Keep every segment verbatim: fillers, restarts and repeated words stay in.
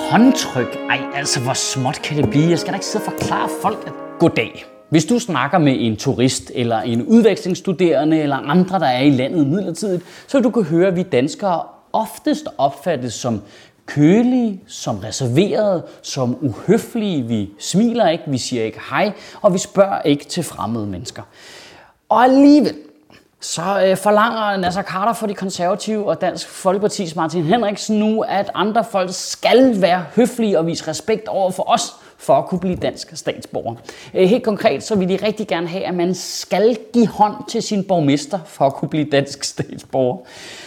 Håndtryk? Ej, altså hvor småt kan det blive? Jeg skal da ikke sidde og forklare folk, at goddag. Hvis du snakker med en turist, eller en udvekslingsstuderende, eller andre, der er i landet midlertidigt, så du kan høre, at vi danskere oftest opfattes som kølige, som reserverede, som uhøflige. Vi smiler ikke, vi siger ikke hej, og vi spørger ikke til fremmede mennesker. Og alligevel, så øh, forlanger Naser Khader for de konservative og Dansk Folkepartis Martin Henriksen nu, at andre folk skal være høflige og vise respekt over for os, for at kunne blive dansk statsborger. Øh, helt konkret, så vil de rigtig gerne have, at man skal give hånd til sin borgmester, for at kunne blive dansk statsborger.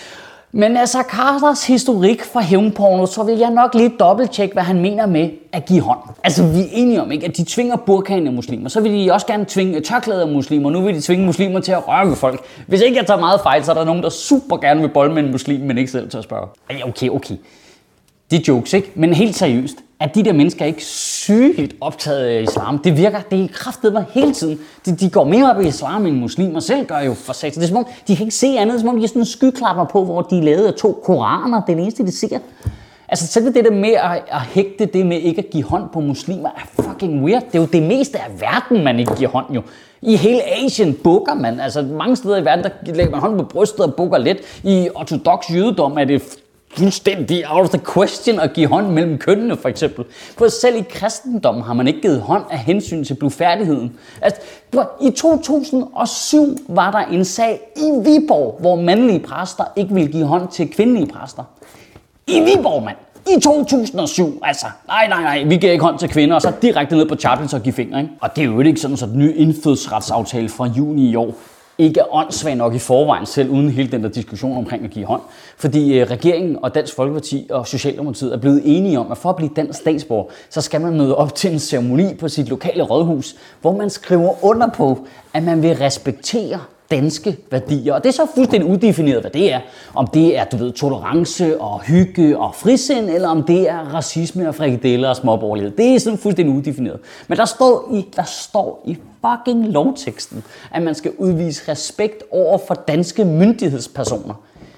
Men Naser Khaders historik for hævnporno, så vil jeg nok lige dobbelttjekke, hvad han mener med at give hånd. Altså, vi er enige om, ikke, at de tvinger burkaen af muslimer. Så vil de også gerne tvinge tørklæder af muslimer. Nu vil de tvinge muslimer til at røre ved folk. Hvis ikke jeg tager meget fejl, så er der nogen, der super gerne vil bolle med en muslim, men ikke selv til at spørge. Okay, okay. Det er jokes, ikke? Men helt seriøst. At de der mennesker ikke sygt optaget af islam. Det virker, det er kraftedeme hele tiden. De, de går mere op i islam end muslimer selv gør jo for satan. Det er som om, de kan ikke se andet. Det er som om, de har sådan skyklapper på, hvor de er lavet af to koraner. Det er det eneste, de ser. Altså selv det der med at, at hægte det med ikke at give hånd på muslimer er fucking weird. Det er jo det meste af verden, man ikke giver hånd jo. I hele Asien bukker man. Altså mange steder i verden, der lægger man hånd på brystet og bukker let. I ortodox jødedom er det fuldstændig out of the question at give hånd mellem kønnene, for eksempel. For selv i kristendommen har man ikke givet hånd af hensyn til blufærdigheden. Altså, i to tusind og syv var der en sag i Viborg, hvor mandlige præster ikke ville give hånd til kvindelige præster. I Viborg, mand! I to tusind og syv, altså, nej, nej, nej, vi giver ikke hånd til kvinder, og så direkte ned på Chaplins og give fingre, ikke? Og det er jo ikke sådan, så den nye indfødsretsaftale fra juni i år ikke er åndssvag nok i forvejen, selv uden hele den der diskussion omkring at give hånd. Fordi øh, regeringen og Dansk Folkeparti og Socialdemokratiet er blevet enige om, at for at blive dansk statsborger, så skal man møde op til en ceremoni på sit lokale rådhus, hvor man skriver under på, at man vil respektere danske værdier. Og det er så fuldstændig udefineret, hvad det er. Om det er, du ved, tolerance og hygge og frisind, eller om det er racisme og frikadeller og småborgerlighed. Det er sådan fuldstændig udefineret. Men der står i, der står i fucking lovteksten, at man skal udvise respekt over for danske myndighedspersoner.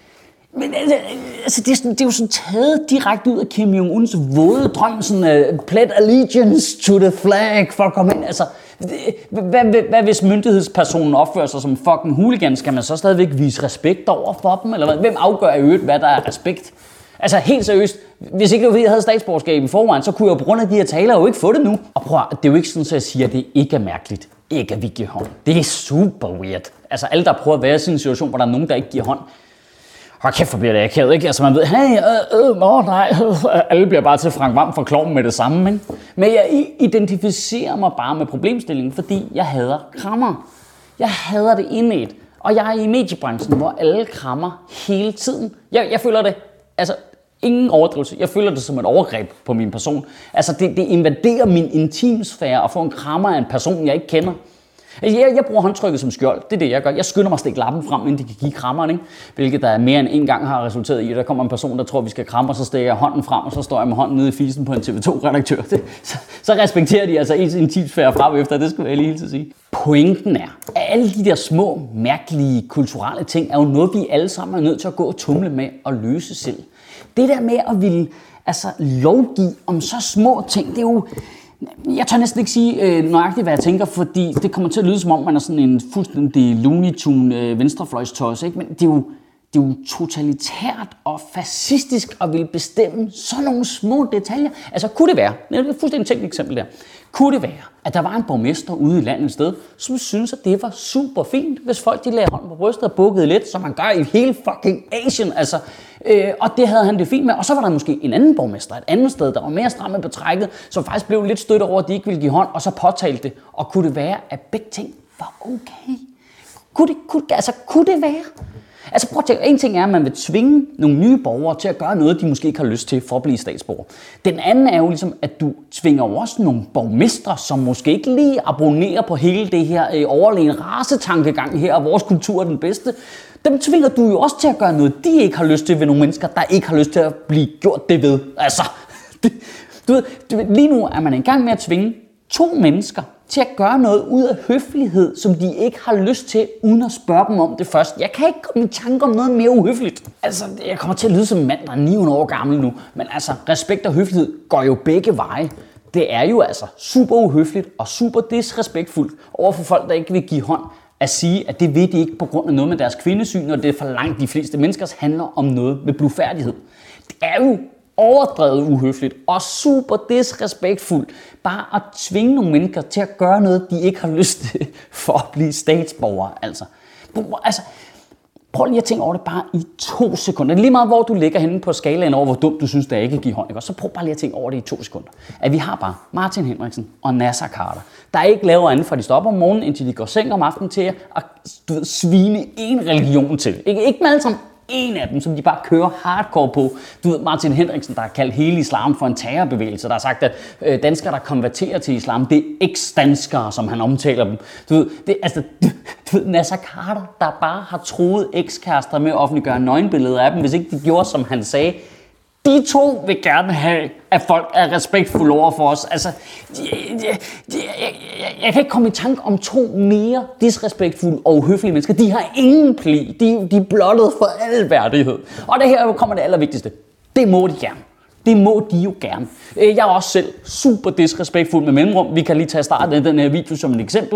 Men altså, det, er sådan, det er jo sådan taget direkte ud af Kim Jong-uns våde drøm, sådan uh, pledge allegiance to the flag for at komme ind. Altså, hvad, hvad, hvad hvis myndighedspersonen opfører sig som fucking hooligan? Skal man så stadigvæk vise respekt over for dem? Eller hvad? Hvem afgør i øvrigt, hvad der er respekt? Altså helt seriøst, hvis ikke jeg havde statsborgerskab i forvejen, så kunne jeg på grund af de her taler jo ikke få det nu. Og prøv at, det er jo ikke sådan, at jeg siger, at det ikke er mærkeligt. Ikke at vi giver hånd. Det er super weird. Altså alle, der prøver at være i sådan en situation, hvor der er nogen, der ikke giver hånd. Hold kæft, hvor bliver det akavet, ikke? Altså man ved, hey, øh, øh, åh nej, øh, alle bliver bare til Frank Hvam for klovnen med det samme, ikke? Men jeg identificerer mig bare med problemstillingen, fordi jeg hader krammer. Jeg hader det indædt. Og jeg er i mediebranchen, hvor alle krammer hele tiden. Jeg, jeg føler det, altså ingen overdrivelse. Jeg føler det som et overgreb på min person. Altså det, det invaderer min intimsfære at få en krammer af en person, jeg ikke kender. Jeg, jeg bruger håndtrykket som skjold. Det er det, jeg gør. Jeg skynder mig at stikke lappen frem, inden de kan give krammeren, ikke? Hvilket der mere end en gang har resulteret i. Der kommer en person, der tror, vi skal kramme, og så stikker jeg hånden frem, og så står jeg med hånden nede i fisen på en T V to-redaktør. Det, så, så respekterer de altså ens intimsfære frem efter. Det skal jeg lige hilse at sige. Pointen er, at alle de der små, mærkelige, kulturelle ting, er jo noget, vi alle sammen er nødt til at gå og tumle med og løse selv. Det der med at ville altså, lovgive om så små ting, det er jo... Jeg tør næsten ikke sige øh, nøjagtigt, hvad jeg tænker, fordi det kommer til at lyde, som om man er sådan en fuldstændig Looney Tune øh, venstrefløjstøjs, ikke? Men det er, jo, det er jo totalitært og fascistisk at ville bestemme sådan nogle små detaljer. Altså, kunne det være, det er et fuldstændig tænkt eksempel der, kunne det være, at der var en borgmester ude i landet et sted, som synes, at det var super fint, hvis folk de lagde hånden på brystet og bukkede lidt, som man gør i hele fucking Asien, altså, øh, og det havde han det fint med. Og så var der måske en anden borgmester et andet sted, der var mere stramme på trækket, som faktisk blev lidt stødt over, at de ikke ville give hånd, og så påtalte det. Og kunne det være, at begge ting var okay? Kunne det, kunne, altså, kunne det være? Altså prøv at tænke, en ting er, at man vil tvinge nogle nye borgere til at gøre noget, de måske ikke har lyst til for at blive statsborger. Den anden er jo ligesom, at du tvinger jo også nogle borgmestre, som måske ikke lige abonnerer på hele det her øh, overlegne racetankegang her, og vores kultur er den bedste. Dem tvinger du jo også til at gøre noget, de ikke har lyst til ved nogle mennesker, der ikke har lyst til at blive gjort det ved. Altså, det, du ved, lige nu er man i gang med at tvinge to mennesker til at gøre noget ud af høflighed, som de ikke har lyst til, uden at spørge dem om det først. Jeg kan ikke komme i tanke om noget mere uhøfligt. Altså, jeg kommer til at lyde som en mand, der er ni hundrede år gammel nu, men altså, respekt og høflighed går jo begge veje. Det er jo altså super uhøfligt og super disrespektfuldt over for folk, der ikke vil give hånd, at sige, at det ved de ikke på grund af noget med deres kvindesyn, og det for langt de fleste menneskers handler om noget med blufærdighed. Det er jo overdrevet uhøfligt og super disrespektfuldt bare at tvinge nogle mennesker til at gøre noget, de ikke har lyst til for at blive statsborgere. Altså, altså prøv lige at tænke over det bare i to sekunder. Lige meget hvor du ligger henne på skalaen over, hvor dumt du synes, det er ikke at give hånd. Ikke? Så prøv bare lige at tænke over det i to sekunder. At vi har bare Martin Henriksen og Naser Khader, der ikke laver andet, for de stopper om morgenen, indtil de går seng om aftenen til at du ved, svine en religion til. Ikke, ikke med alle sammen. En af dem, som de bare kører hardcore på. Du ved, Martin Henriksen, der har kaldt hele islam for en terrorbevægelse, der har sagt, at øh, danskere, der konverterer til islam, det er eks-danskere, som han omtaler dem. Du ved, det, altså, du, du ved, Naser Khader, der bare har troet ekskærester med at offentliggøre nøgenbilleder af dem, hvis ikke de gjorde, som han sagde. De to vil gerne have, at folk er respektfulde over for os. Altså, de, de, de, jeg, jeg, jeg kan ikke komme i tanke om to mere disrespektfulde og uhøflige mennesker. De har ingen pli. De, de er blottet for al værdighed. Og det her kommer det allervigtigste. Det må de gerne. Det må de jo gerne. Jeg er også selv super disrespektfuld med mellemrum. Vi kan lige tage starten af den her video som et eksempel.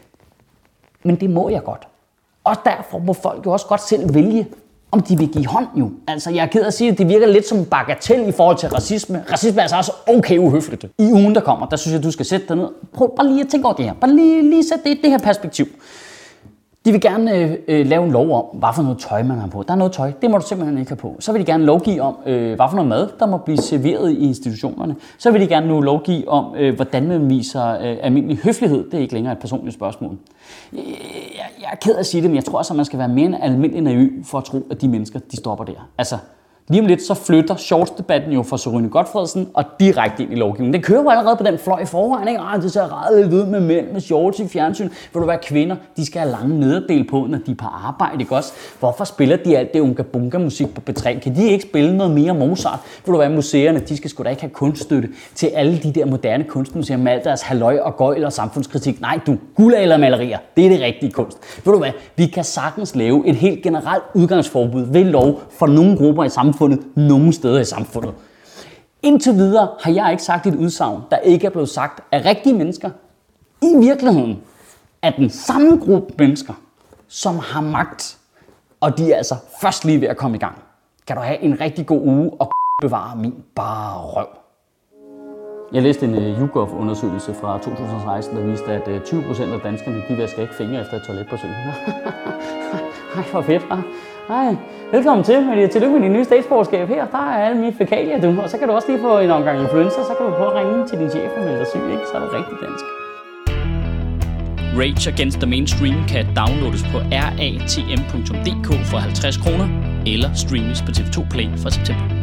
Men det må jeg godt. Og derfor må folk jo også godt selv vælge, om de vil give hånd jo. Altså, jeg er ked af at sige, at det virker lidt som en bagatel i forhold til racisme. Racisme er altså også okay uhøfligt. I ugen, der kommer, der synes jeg, du skal sætte dig ned. Prøv bare lige at tænke over det her. Bare lige, lige sætte det i det her perspektiv. De vil gerne øh, øh, lave en lov om, hvad for noget tøj man har på. Der er noget tøj, det må du simpelthen ikke have på. Så vil de gerne lovgive om, øh, hvad for noget mad, der må blive serveret i institutionerne. Så vil de gerne nu lovgive om, øh, hvordan man viser øh, almindelig høflighed. Det er ikke længere et personligt spørgsmål. Jeg, jeg er ked af at sige det, men jeg tror også, at man skal være mere end almindelig naiv for at tro, at de mennesker, de stopper der. Altså, lige om lidt, så flytter shorts-debatten jo fra Sørine Gotfredsen og direkte ind i lovgivningen. Det kører jo allerede på den fløj i forvejen, ikke? Ah, det ser ret lidt ud med mænd med shorts i fjernsyn. Vil du være kvinder? De skal have lange nederdel på, når de er på arbejde, ikke også? Hvorfor spiller de alt det unga bunga musik på B tre? Kan de ikke spille noget mere Mozart? Vil du være museerne? De skal sgu da ikke have kunststøtte til alle de der moderne kunstmuseer med alt deres halløj og gøjl og samfundskritik. Nej, du, guldaldermalerier, det er det rigtige kunst. Vil du hvad? Vi kan sagtens lave et helt generelt udgangsforbud ved lov for nogle grupper i samfundet, nogle steder i samfundet. Indtil videre har jeg ikke sagt et udsagn, der ikke er blevet sagt af rigtige mennesker. I virkeligheden er den samme gruppe mennesker, som har magt, og de er altså først lige ved at komme i gang. Kan du have en rigtig god uge og bevare min bare røv. Jeg læste en uh, YouGov-undersøgelse fra to tusind og seksten, der viste, at uh, tyve procent af danskerne de vasker ikke fingre efter et toiletbesøg. Ej, hvor fedt, hva'? Ej, velkommen til. Tillykke med din nye statsborgerskab her. Der er alle mine fækalier, du. Og så kan du også lige få en omgang influenza, så kan du prøve at ringe til din chef og melde dig syg, ikke? Så er det rigtig dansk. Rage Against the Mainstream kan downloades på r a t m punktum d k for halvtreds kroner eller streames på T V to Play fra september.